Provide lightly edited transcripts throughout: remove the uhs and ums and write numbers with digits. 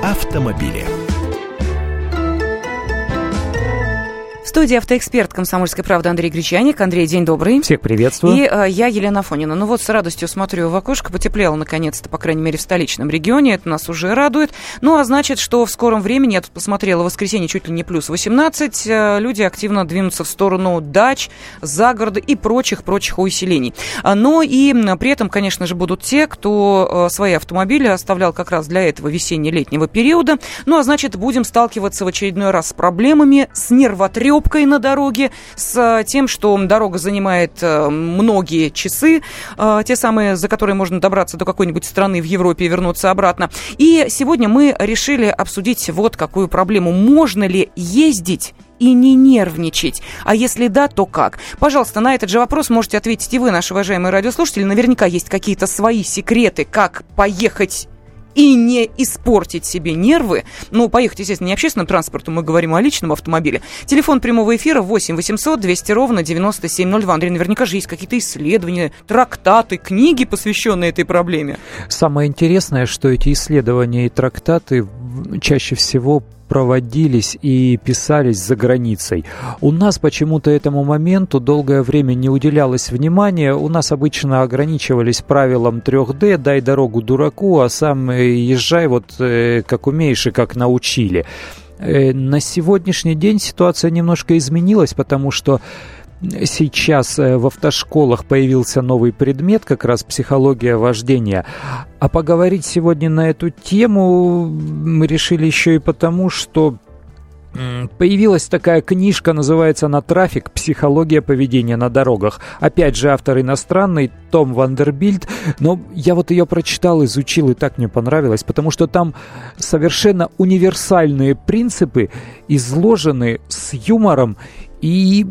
автомобили. В студии автоэксперт «Комсомольской правды» Андрей Гречаник. Андрей, день добрый. Всех приветствую. И я, Елена Афонина. Ну вот, с радостью смотрю в окошко. Потеплело, наконец-то, по крайней мере, в столичном регионе. Это нас уже радует. Ну, а значит, что в скором времени, я тут посмотрела, в воскресенье чуть ли не плюс 18, люди активно двинутся в сторону дач, загорода и прочих увеселений. Но и при этом, конечно же, будут те, кто свои автомобили оставлял как раз для этого весенне-летнего периода. Ну, а значит, будем сталкиваться в очередной раз с проблемами, с нервотрепкой на дороге, с тем, что дорога занимает многие часы, те самые, за которые можно добраться до какой-нибудь страны в Европе и вернуться обратно. И сегодня мы решили обсудить вот какую проблему. Можно ли ездить и не нервничать? А если да, то как? Пожалуйста, на этот же вопрос можете ответить и вы, наши уважаемые радиослушатели. Наверняка есть какие-то свои секреты, как поехать и не испортить себе нервы. Ну, поехать, естественно, не общественным транспортом, мы говорим о личном автомобиле. Телефон прямого эфира 8 800 200 ровно 9702. Андрей, наверняка же есть какие-то исследования, трактаты, книги, посвященные этой проблеме. Самое интересное, что эти исследования и трактаты чаще всего проводились и писались за границей. У нас почему-то этому моменту долгое время не уделялось внимания. У нас обычно ограничивались правилом 3D: дай дорогу дураку, а сам езжай вот как умеешь и как научили. На сегодняшний день ситуация немножко изменилась, потому что сейчас в автошколах появился новый предмет, как раз психология вождения. А поговорить сегодня на эту тему мы решили еще и потому, что появилась такая книжка, называется она «Трафик. Психология поведения на дорогах». Опять же, автор иностранный, Том Вандербильд. Но я вот ее прочитал, изучил, и так мне понравилось, потому что там совершенно универсальные принципы изложены с юмором и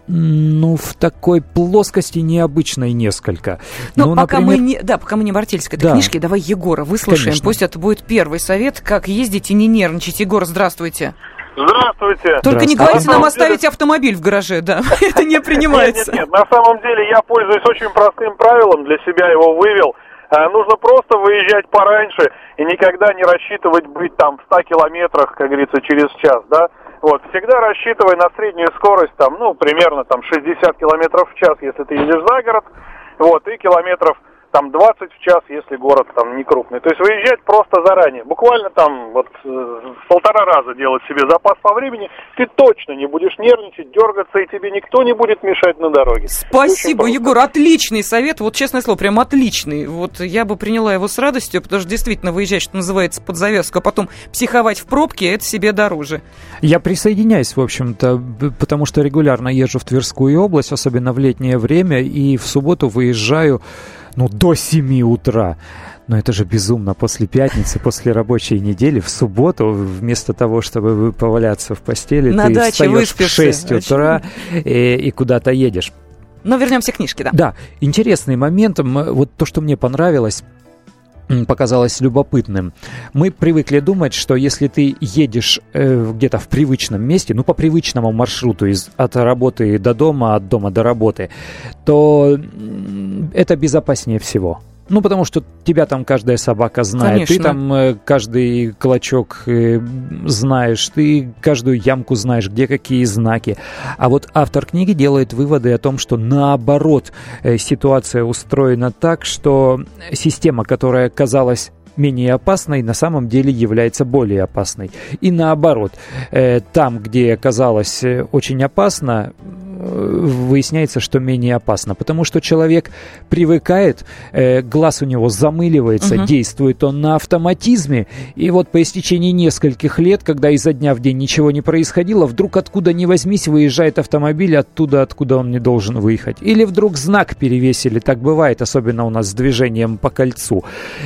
в такой плоскости необычной несколько. Пока мы не обратились к этой книжке, давай Егора выслушаем. Конечно. Пусть это будет первый совет, как ездить и не нервничать. Егор, здравствуйте. Здравствуйте. Только не говорите нам оставить автомобиль в гараже, да. Это не принимается. Нет, на самом деле я пользуюсь очень простым правилом, для себя его вывел. Нужно просто выезжать пораньше и никогда не рассчитывать быть там в 100 километрах, как говорится, через час, да. Вот, всегда рассчитывай на среднюю скорость, там, примерно там 60 километров в час, если ты едешь за город, вот, и километров там 20 в час, если город там не крупный. То есть выезжать просто заранее. Буквально там в 1,5 раза делать себе запас по времени. Ты точно не будешь нервничать, дергаться, и тебе никто не будет мешать на дороге. Спасибо, Егор. Отличный совет. Вот, честное слово, прям отличный. Вот я бы приняла его с радостью, потому что действительно выезжать, что называется, под завязку, а потом психовать в пробке, это себе дороже. Я присоединяюсь, в общем-то, потому что регулярно езжу в Тверскую область, особенно в летнее время, и в субботу выезжаю до 7 утра. Но это же безумно. После пятницы, после рабочей недели, в субботу, вместо того, чтобы поваляться в постели, ты встаешь в 6 утра и куда-то едешь. Но вернемся к книжке, да. Да, интересный момент. Вот то, что мне понравилось, показалось любопытным. Мы привыкли думать, что если ты едешь где-то в привычном месте, по привычному маршруту от работы до дома, от дома до работы, то это безопаснее всего. Потому что тебя там каждая собака знает, конечно. Ты там каждый клочок знаешь, ты каждую ямку знаешь, где какие знаки. А вот автор книги делает выводы о том, что наоборот ситуация устроена так, что система, которая казалась менее опасной, на самом деле является более опасной. И наоборот, там, где казалось очень опасно, выясняется, что менее опасно, потому что человек привыкает, глаз у него замыливается, действует он на автоматизме, и вот по истечении нескольких лет, когда изо дня в день ничего не происходило, вдруг откуда ни возьмись выезжает автомобиль оттуда, откуда он не должен выехать. Или вдруг знак перевесили, так бывает, особенно у нас с движением по кольцу.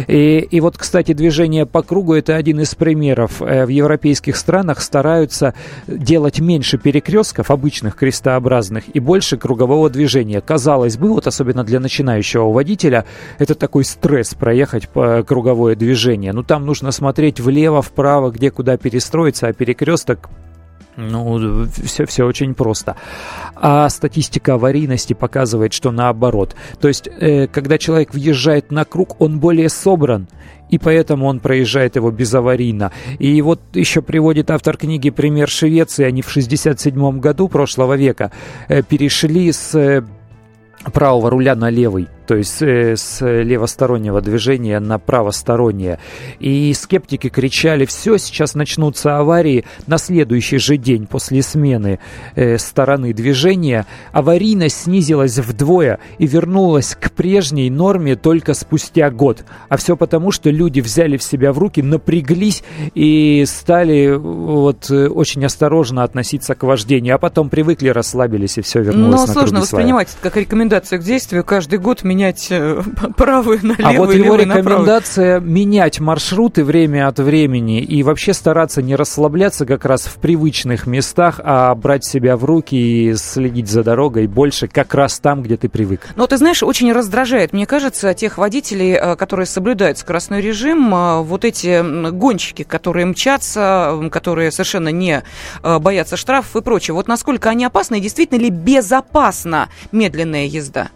И вот, кстати, движение по кругу — это один из примеров. В европейских странах стараются делать меньше перекрестков, обычных крестообразных, и больше кругового движения. Казалось бы, вот особенно для начинающего водителя, это такой стресс проехать по круговое движение. Там нужно смотреть влево, вправо, где куда перестроиться, а перекресток Ну, все очень просто. А статистика аварийности показывает, что наоборот. То есть, когда человек въезжает на круг, он более собран, и поэтому он проезжает его безаварийно. И вот еще приводит автор книги пример Швеции. Они в 1967 году прошлого века перешли с правого руля на левый, то есть с левостороннего движения на правостороннее. И скептики кричали: все, сейчас начнутся аварии. На следующий же день после смены стороны движения аварийность снизилась вдвое и вернулась к прежней норме только спустя год. А все потому, что люди взяли в себя в руки, напряглись и стали вот очень осторожно относиться к вождению, а потом привыкли, расслабились, и все вернулось на круги своя. Но сложно воспринимать это как рекомендацию к действию, каждый год менять правую на левую, а вот его левую рекомендация менять маршруты время от времени и вообще стараться не расслабляться как раз в привычных местах, а брать себя в руки и следить за дорогой больше как раз там, где ты привык. Но ты знаешь, очень раздражает, мне кажется, тех водителей, которые соблюдают скоростной режим, вот эти гонщики, которые мчатся, которые совершенно не боятся штрафов и прочее. Вот насколько они опасны и действительно ли безопасна медленная езда?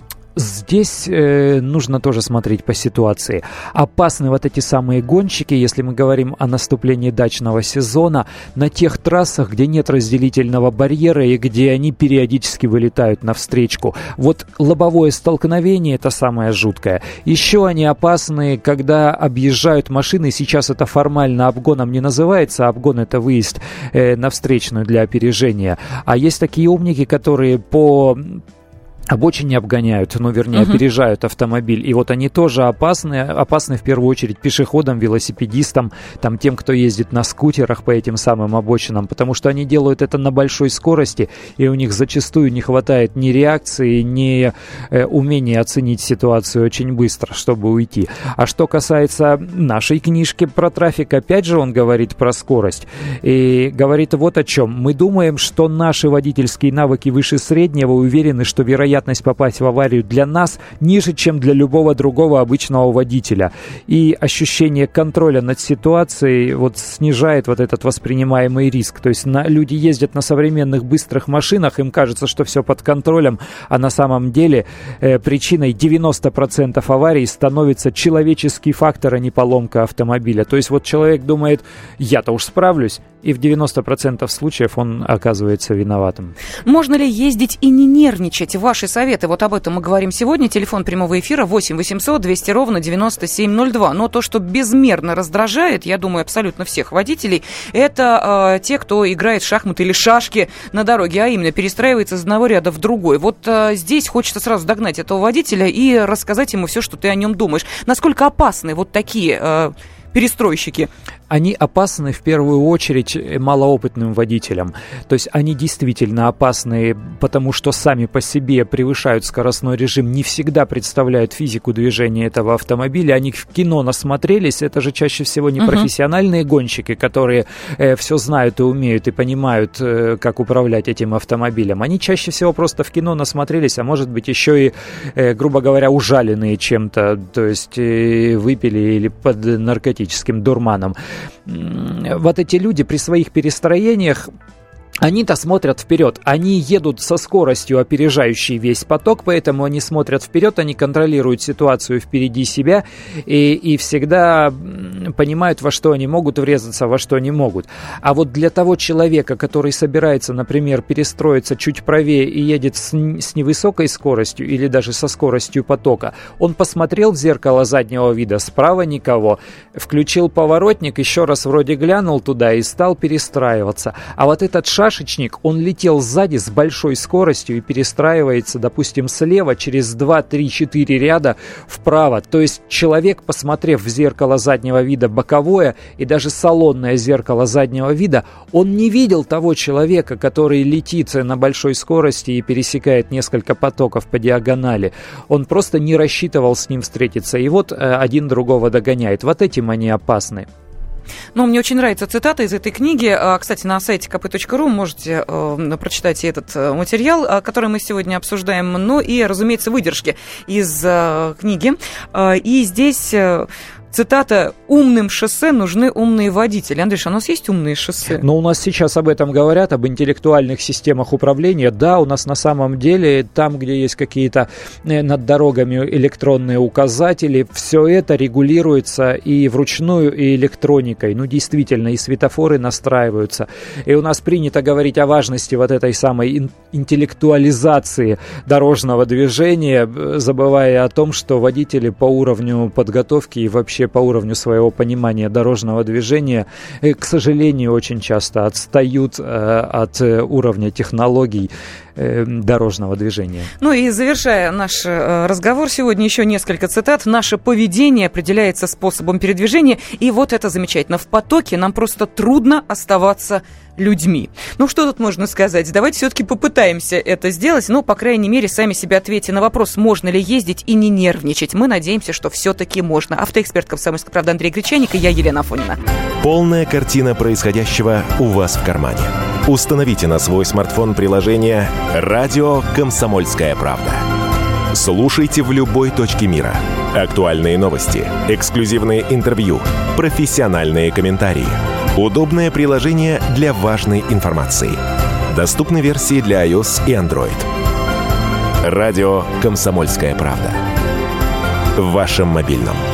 Здесь нужно тоже смотреть по ситуации. Опасны вот эти самые гонщики, если мы говорим о наступлении дачного сезона, на тех трассах, где нет разделительного барьера и где они периодически вылетают навстречку. Вот лобовое столкновение — это самое жуткое. Еще они опасны, когда объезжают машины. Сейчас это формально обгоном не называется. Обгон — это выезд на встречную для опережения. А есть такие умники, которые по обочине обгоняют, опережают автомобиль. И вот они тоже опасны в первую очередь пешеходам, велосипедистам, там, тем, кто ездит на скутерах по этим самым обочинам, потому что они делают это на большой скорости, и у них зачастую не хватает ни реакции, ни умения оценить ситуацию очень быстро, чтобы уйти. А что касается нашей книжки про трафик, опять же он говорит про скорость. И говорит вот о чем. Мы думаем, что наши водительские навыки выше среднего, уверены, что вероятность попасть в аварию для нас ниже, чем для любого другого обычного водителя. И ощущение контроля над ситуацией вот снижает вот этот воспринимаемый риск. То есть люди ездят на современных быстрых машинах, им кажется, что все под контролем, а на самом деле причиной 90% аварий становится человеческий фактор, а не поломка автомобиля. То есть вот человек думает: я-то уж справлюсь, и в 90% случаев он оказывается виноватым. Можно ли ездить и не нервничать? Ваши советы, вот об этом мы говорим сегодня. Телефон прямого эфира 8 800 200 ровно 9702. Но то, что безмерно раздражает, я думаю, абсолютно всех водителей, это те, кто играет в шахматы или шашки на дороге, а именно перестраивается из одного ряда в другой. Вот здесь хочется сразу догнать этого водителя и рассказать ему все, что ты о нем думаешь. Насколько опасны вот такие перестройщики? Они опасны в первую очередь малоопытным водителям. То есть они действительно опасны, потому что сами по себе превышают скоростной режим, не всегда представляют физику движения этого автомобиля. Они в кино насмотрелись, это же чаще всего не профессиональные гонщики, которые все знают и умеют, и понимают, как управлять этим автомобилем. Они чаще всего просто в кино насмотрелись, а может быть еще и, грубо говоря, ужаленные чем-то, то есть выпили или под наркотическим дурманом. Вот эти люди при своих перестроениях, они-то смотрят вперед, они едут со скоростью, опережающей весь поток, поэтому они смотрят вперед, они контролируют ситуацию впереди себя и всегда понимают, во что они могут врезаться, во что не могут. А вот для того человека, который собирается, например, перестроиться чуть правее и едет с невысокой скоростью или даже со скоростью потока, он посмотрел в зеркало заднего вида, справа никого, включил поворотник, еще раз вроде глянул туда и стал перестраиваться. А вот этот шашечник, он летел сзади с большой скоростью и перестраивается, допустим, слева через 2, 3, 4 ряда вправо. То есть человек, посмотрев в зеркало заднего вида боковое и даже салонное зеркало заднего вида, он не видел того человека, который летит на большой скорости и пересекает несколько потоков по диагонали. Он просто не рассчитывал с ним встретиться. И вот один другого догоняет. Вот этим они опасны. Ну, мне очень нравится цитата из этой книги. Кстати, на сайте kp.ru можете прочитать этот материал, который мы сегодня обсуждаем. Ну и, разумеется, выдержки из книги. И здесь цитата: «Умным шоссе нужны умные водители». Андрюш, а у нас есть умные шоссе? Но у нас сейчас об этом говорят, об интеллектуальных системах управления. Да, у нас на самом деле, там, где есть какие-то над дорогами электронные указатели, все это регулируется и вручную, и электроникой. Ну, действительно, и светофоры настраиваются. И у нас принято говорить о важности вот этой самой интеллектуализации дорожного движения, забывая о том, что водители по уровню подготовки и вообще по уровню своего понимания дорожного движения, к сожалению, очень часто отстают от уровня технологий дорожного движения. Ну и завершая наш разговор сегодня, еще несколько цитат. «Наше поведение определяется способом передвижения». И вот это замечательно. В потоке нам просто трудно оставаться людьми. Ну, что тут можно сказать? Давайте все-таки попытаемся это сделать. Ну, по крайней мере, сами себе ответьте на вопрос, можно ли ездить и не нервничать. Мы надеемся, что все-таки можно. Автоэксперт «Комсомольской правды» Андрей Гречаник и я, Елена Афонина. Полная картина происходящего у вас в кармане. Установите на свой смартфон приложение «Радио Комсомольская правда». Слушайте в любой точке мира. Актуальные новости, эксклюзивные интервью, профессиональные комментарии. Удобное приложение для важной информации. Доступны версии для iOS и Android. Радио «Комсомольская правда». В вашем мобильном.